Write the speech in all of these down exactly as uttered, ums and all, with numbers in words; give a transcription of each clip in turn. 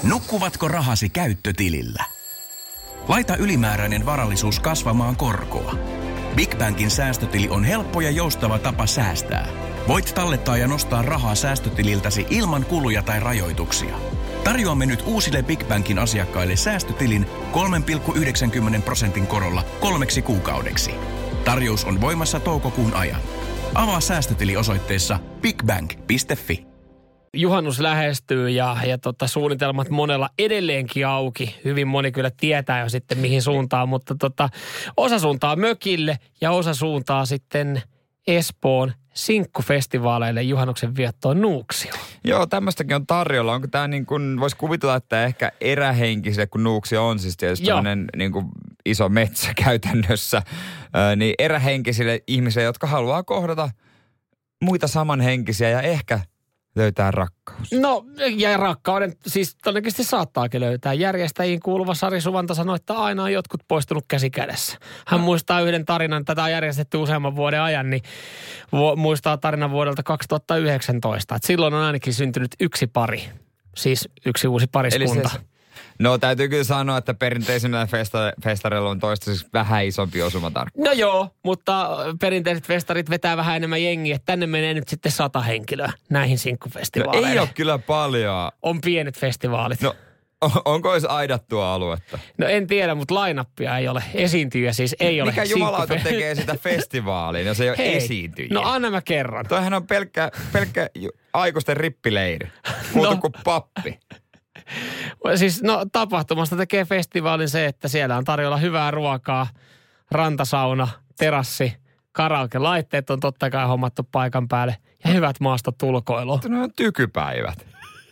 Nukkuvatko rahasi käyttötilillä? Laita ylimääräinen varallisuus kasvamaan korkoa. Big Bankin säästötili on helppo ja joustava tapa säästää. Voit tallettaa ja nostaa rahaa säästötililtäsi ilman kuluja tai rajoituksia. Tarjoamme nyt uusille Big Bankin asiakkaille säästötilin kolme pilkku yhdeksänkymmentä prosentin korolla kolmeksi kuukaudeksi. Tarjous on voimassa toukokuun ajan. Avaa säästötili osoitteessa bigbank piste fi. Juhannus lähestyy ja, ja tota, suunnitelmat monella edelleenkin auki. Hyvin moni kyllä tietää jo sitten mihin suuntaan, mutta tota, osa suuntaa mökille ja osa suuntaa sitten Espoon sinkkufestivaaleille juhannuksen viettoon Nuuksioon. Joo, tämmöistäkin on tarjolla. Onko tämä niin kuin, voisi kuvitella, että ehkä erähenkisille, kun Nuuksio on siis tietysti tämmöinen niin kuin iso metsä käytännössä, ää, niin erähenkisille ihmisille, jotka haluaa kohdata muita samanhenkisiä ja ehkä löytää rakkaus. No, ja rakkauden, siis todennäköisesti saattaakin löytää. Järjestäjiin kuuluva Sari Suvanta sanoi, että aina on jotkut poistunut käsi kädessä. Hän no. muistaa yhden tarinan, tätä on järjestetty useamman vuoden ajan, niin vu- muistaa tarinan vuodelta kaksituhattayhdeksäntoista. Että silloin on ainakin syntynyt yksi pari, siis yksi uusi pariskunta. Se, no täytyy kyllä sanoa, että perinteisemmillä festa- festareilla on toistaiseksi vähän isompi osumatarkkuus. No joo, mutta perinteiset festarit vetää vähän enemmän jengiä. Tänne menee nyt sitten sata henkilöä näihin sinkkufestivaaleihin. No ei ole kyllä paljon. On pienet festivaalit. No onko edes aidattua aluetta? No en tiedä, mutta line-upia ei ole. Esiintyjä siis ei ole. Mikä jumalauta tekee sitä festivaaliin, jos ei ole Hei, esiintyjiä? No anna mä kerran. Toihan on pelkkä, pelkkä aikuisten rippileiri. Muuta no. kuin pappi. Siis no tapahtumasta tekee festivaalin se, että siellä on tarjolla hyvää ruokaa, rantasauna, terassi, karaoke-laitteet on totta kai hommattu paikan päälle ja hyvät maastot ulkoiluun. No on tykypäivät.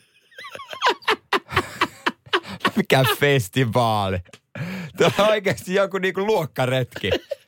Mikä festivaali? Tämä on oikeasti joku niinku luokkaretki.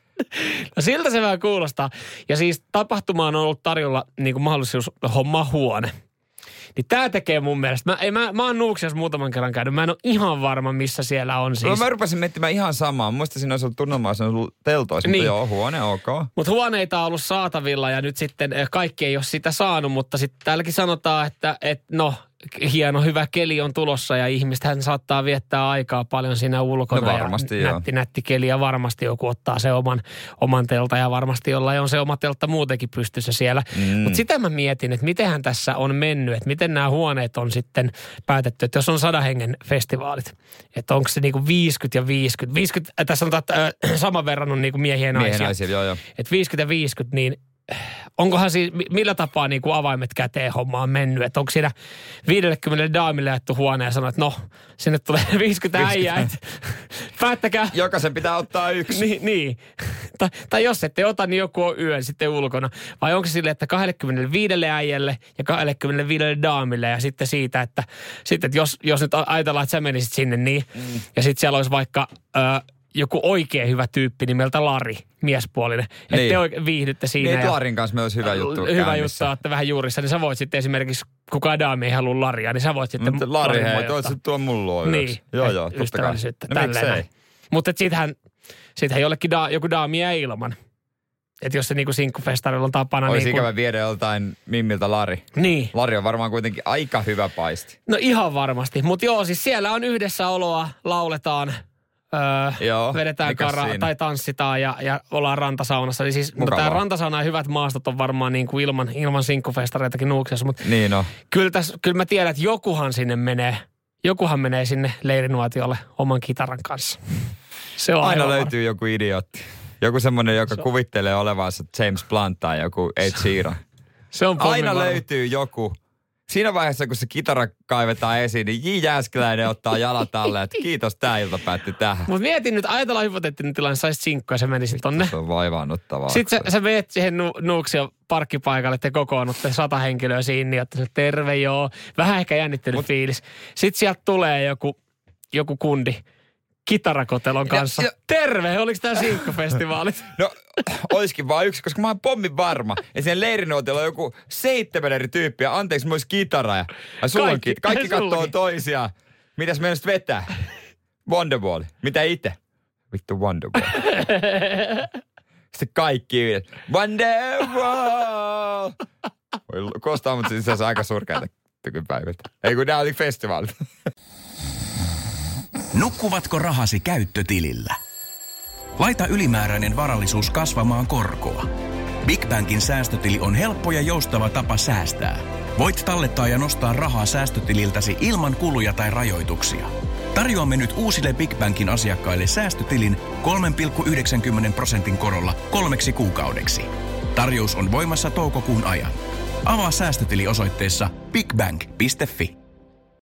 No siltä se vähän kuulostaa. Ja siis tapahtumaan on ollut tarjolla niinku mahdollisuus hommaa huone. Niin tää tekee mun mielestä. Mä, ei, mä, mä oon Nuuksiossa muutaman kerran käynyt. Mä en ole ihan varma, missä siellä on siis. No mä rupesin miettimään ihan samaa. Muista siinä olisi ollut tunnelmaa, olisi ollut teltoissa, niin. Mutta joo, huone, ok. Mutta huoneita on ollut saatavilla ja nyt sitten kaikki ei ole sitä saanut, mutta sitten täälläkin sanotaan, että et, no hieno hyvä keli on tulossa ja ihmistähän saattaa viettää aikaa paljon siinä ulkona. No varmasti ja joo. Nätti, nätti keli ja varmasti joku ottaa se oman, oman telta ja varmasti jollain on se oma teltta muutenkin pystyssä siellä. Mm. Mutta sitä mä mietin, että mitenhän tässä on mennyt, että miten nämä huoneet on sitten päätetty, että jos on sadan hengen festivaalit, että onko se niinku viisikymmentä ja viisikymmentä. viisikymmentä äh, tässä sanotaan, että äh, saman verran on niinku miehiä ja naisia. Miehiä naisia, joo joo. Että viisikymmentä ja viisikymmentä, niin onkohan siis, millä tapaa niin kuin avaimet käteen homma on mennyt? Että onko siinä viisikymmentä daamille jaettu huone ja sanoo, että no, sinne tulee viisikymmentä äijää, että päättäkää. Jokaisen pitää ottaa yksi. Niin, niin. Tai, tai jos ette ota, niin joku on yön sitten ulkona. Vai onko silleen, että kaksikymmentäviisi äijälle ja kaksikymmentäviisi daamille ja sitten siitä, että, sitten, että jos, jos nyt ajatellaan, että sä menisit sinne niin, mm. ja sitten siellä olisi vaikka Ö, joku oikein hyvä tyyppi nimeltä Lari, miespuolinen. Että niin. Te oikein viihdytte siinä. Niin, Larin kanssa me olisi hyvä juttu Hyvä käynnissä. juttu, että vähän juurissa. Niin sä voit sitten esimerkiksi, kukaan daami ei halua Laria, niin sä voit sitten Mutta Lari, hei, toit sitten tuo mun luo niin. Joo, joo, totta kai. No miksei. Mutta siitähän, siitähän jollekin da, joku daami jää ilman. Että jos se niinku sinkkufestarilla on tapana. Olisi niin ikävä kun viedä joltain Mimmiltä Lari. Niin. Lari on varmaan kuitenkin aika hyvä paisti. No ihan varmasti. Mutta joo, siis siellä on yhdessäoloa, lauletaan. Öö, Joo, vedetään karaa tai tanssitaan ja, ja ollaan rantasaunassa. Eli siis no, tämä rantasauna ja hyvät maastot on varmaan niin kuin ilman, ilman sinkkufestareitakin Nuuksiossa. Mutta niin on. Kyllä, täs, kyllä mä tiedän, että jokuhan sinne menee, jokuhan menee sinne leirinuotiolle oman kitaran kanssa. Se on aina löytyy joku idiootti. Joku semmoinen, joka se kuvittelee olevansa James Blunt tai joku Ed Sheeran. Se on aina varma. löytyy joku. Siinä vaiheessa, kun se kitara kaivetaan esiin, niin J. Jääskeläinen ottaa jalat alle, että kiitos, tää ilta päätti tähän. Mutta mietin nyt, ajatellaan hypoteettinen tilanne, saisit sinkku ja se menisi tonne. Se on vaivaannuttavaa. Sitten sä, sä meet siihen nu, Nuuksion parkkipaikalle, te kokoonnutte sata henkilöä siinä, että se terve joo, vähän ehkä jännittynyt Mut, fiilis. Sitten sieltä tulee joku, joku kundi kitarakotelon kanssa. Ja, ja, terve, oliko tää sinkkufestivaalit? No, oiskin vaan yksi, koska mä oon pommin varma. Ja sen leirinuotilla on joku seitsemän eri tyyppiä. Anteeksi, mulla olisi kitara. Ja, ja sulla kaikki, on, kaikki katsoo toisiaan. Mitäs meidän sitten vetää? Wonderwall. Mitä itse? Vittu Wonderwall. Sitten kaikki yhdet. Wonderwall. Kostaa, mutta siis se on aika surkeata tykypäivältä. Ei kun nää oli festivaalit. Nukkuvatko rahasi käyttötilillä? Laita ylimääräinen varallisuus kasvamaan korkoa. Big Bankin säästötili on helppo ja joustava tapa säästää. Voit tallettaa ja nostaa rahaa säästötililtäsi ilman kuluja tai rajoituksia. Tarjoamme nyt uusille Big Bankin asiakkaille säästötilin kolme pilkku yhdeksänkymmentä prosentin korolla kolmeksi kuukaudeksi. Tarjous on voimassa toukokuun ajan. Avaa säästötili osoitteessa bigbank piste fi.